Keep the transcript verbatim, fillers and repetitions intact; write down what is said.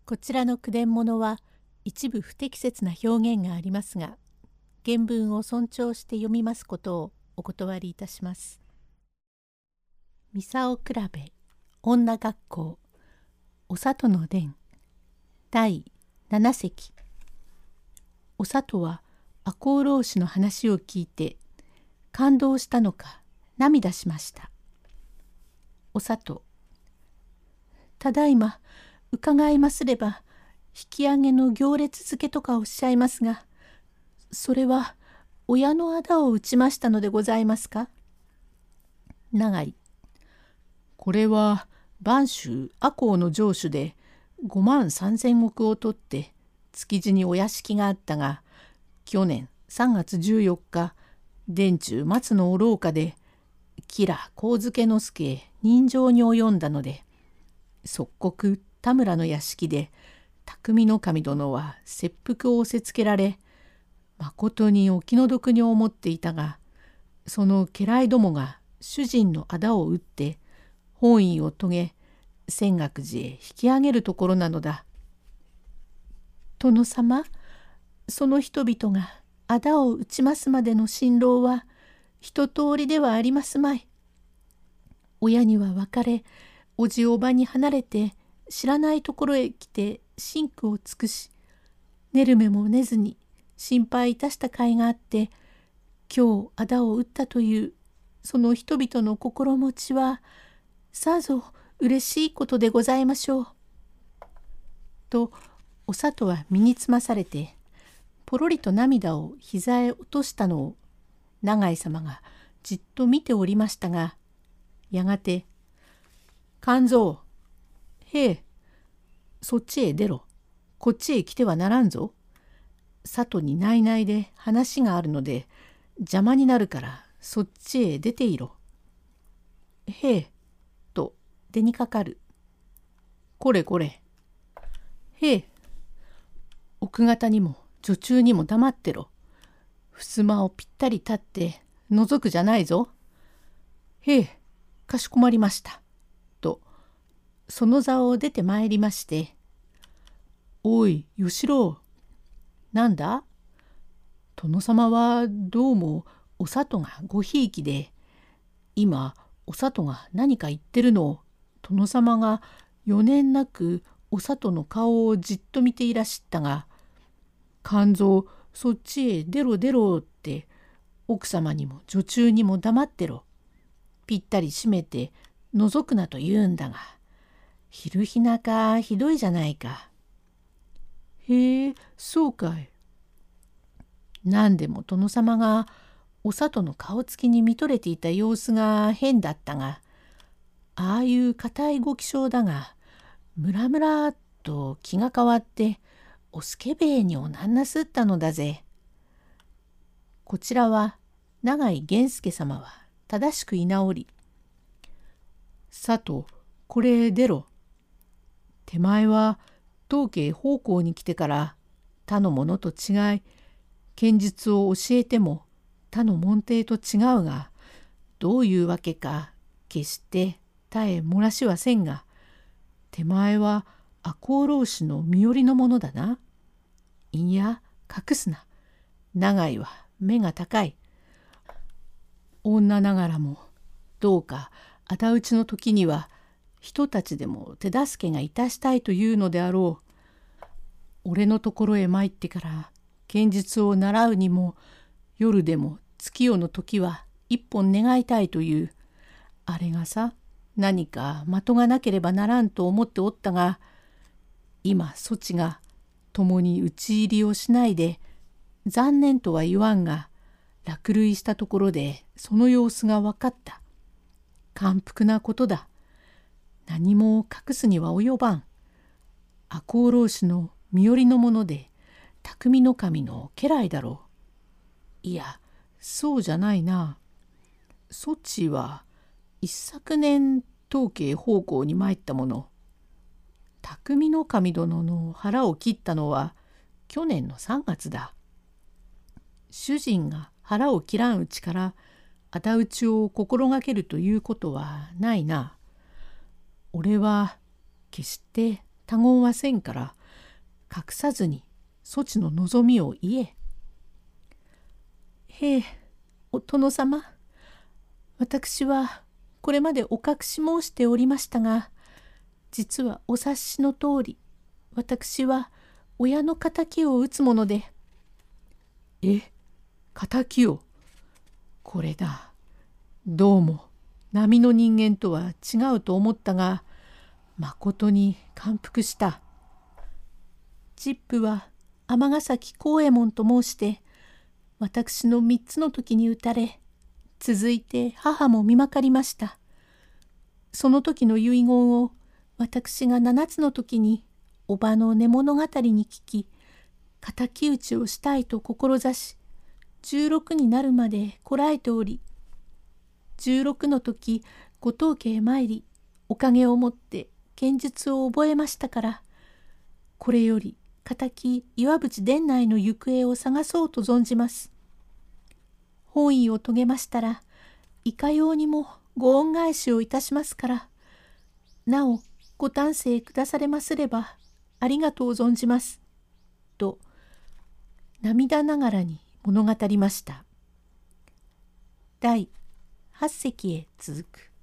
こちらの句伝物は一部不適切な表現がありますが、原文を尊重して読みますことをお断りいたします。三竿比べ女学校お里の伝第七席。お里は赤穂浪士の話を聞いて感動したのか涙しました。お里、ただいま伺いますれば引き上げの行列付けとかおっしゃいますが、それは親の仇を討ちましたのでございますか。長井、これは播州赤穂の城主で五万三千石を取って築地にお屋敷があったが、去年三月十四日殿中松のお廊下で吉良上野之助へ人情に及んだので、即刻田村の屋敷で匠の神殿は切腹を仰せつけられ、まことにお気の毒に思っていたが、その家来どもが主人の仇を討って本意を遂げ泉岳寺へ引き上げるところなのだ。殿様、その人々が仇を討ちますまでの辛労は一通りではありますまい。親には別れ、おじおばに離れて知らないところへ来て辛苦を尽くし、寝る目も寝ずに心配いたした甲斐があって、今日仇を討ったというその人々の心持ちはさぞ嬉しいことでございましょう。とお里は身につまされてぽろりと涙を膝へ落としたのを永井様がじっと見ておりましたが、やがて「勘蔵、へえ、そっちへ出ろ。こっちへ来てはならんぞ。里に内々で話があるので邪魔になるからそっちへ出ていろ。へえ、と出にかかる。これこれ。へえ、奥方にも女中にも黙ってろ。襖をぴったり立って覗くじゃないぞ。へえ、かしこまりました。とその座を出てまいりまして、おい、吉郎。なんだ？殿様はどうもお里がごひいきで、今お里が何か言ってるのを殿様が余念なくお里の顔をじっと見ていらしったが、勘蔵そっちへ出ろ出ろって奥様にも女中にも黙ってろ。ぴったり閉めて覗くなと言うんだが、昼日中ひどいじゃないか。へえ、そうかい。何でも殿様がお里の顔つきに見とれていた様子が変だったが、ああいう固いご気性だが、ムラムラっと気が変わっておすけべえにおなんなすったのだぜ。こちらは永井源助様は正しく居直り、さとこれ出ろ。手前は当家奉公に来てから他の者と違い、剣術を教えても他の門弟と違うが、どういうわけか決して他へ漏らしはせんが、手前は赤穂浪士の身寄りのものだな。いや隠すな。永井は目が高い。女ながらもどうか仇討ちの時には人たちでも手助けがいたしたいというのであろう。俺のところへ参ってから剣術を習うにも、夜でも月夜の時は一本願いたいという。あれがさ、何か的がなければならんと思っておったが、今そちが共に討ち入りをしないで、残念とは言わんが落類したところでその様子が分かった。感服なことだ。何も隠すには及ばん。赤穂浪士の身寄りのもので匠の神の家来だろう。いや、そうじゃないな。そちは一昨年当家奉公に参ったもの。匠の神殿の腹を切ったのは去年のさんがつだ。主人が腹を切らんうちから仇討ちを心がけるということはないな。俺は決して他言はせんから隠さずにそちの望みを言え。へえ、お殿様、私はこれまでお隠し申しておりましたが、実はお察しの通り、私は親の敵を討つもので。え、敵を。これだ。どうも並の人間とは違うと思ったが、まことに感服した。ジップは尼崎幸右衛門と申して、私の三つの時に撃たれ、続いて母も見まかりました。その時の遺言を私が七つの時におばの寝物語に聞き、敵討ちをしたいと志し、十六になるまでこらえており、十六の時ご当家へ参り、おかげをもって剣術を覚えましたから、これより敵岩淵殿内の行方を探そうと存じます。本意を遂げましたら、いかようにもご恩返しをいたしますから、なおご丹精くだされますればありがとう存じます。と涙ながらに物語りました。だいはち席へ続く。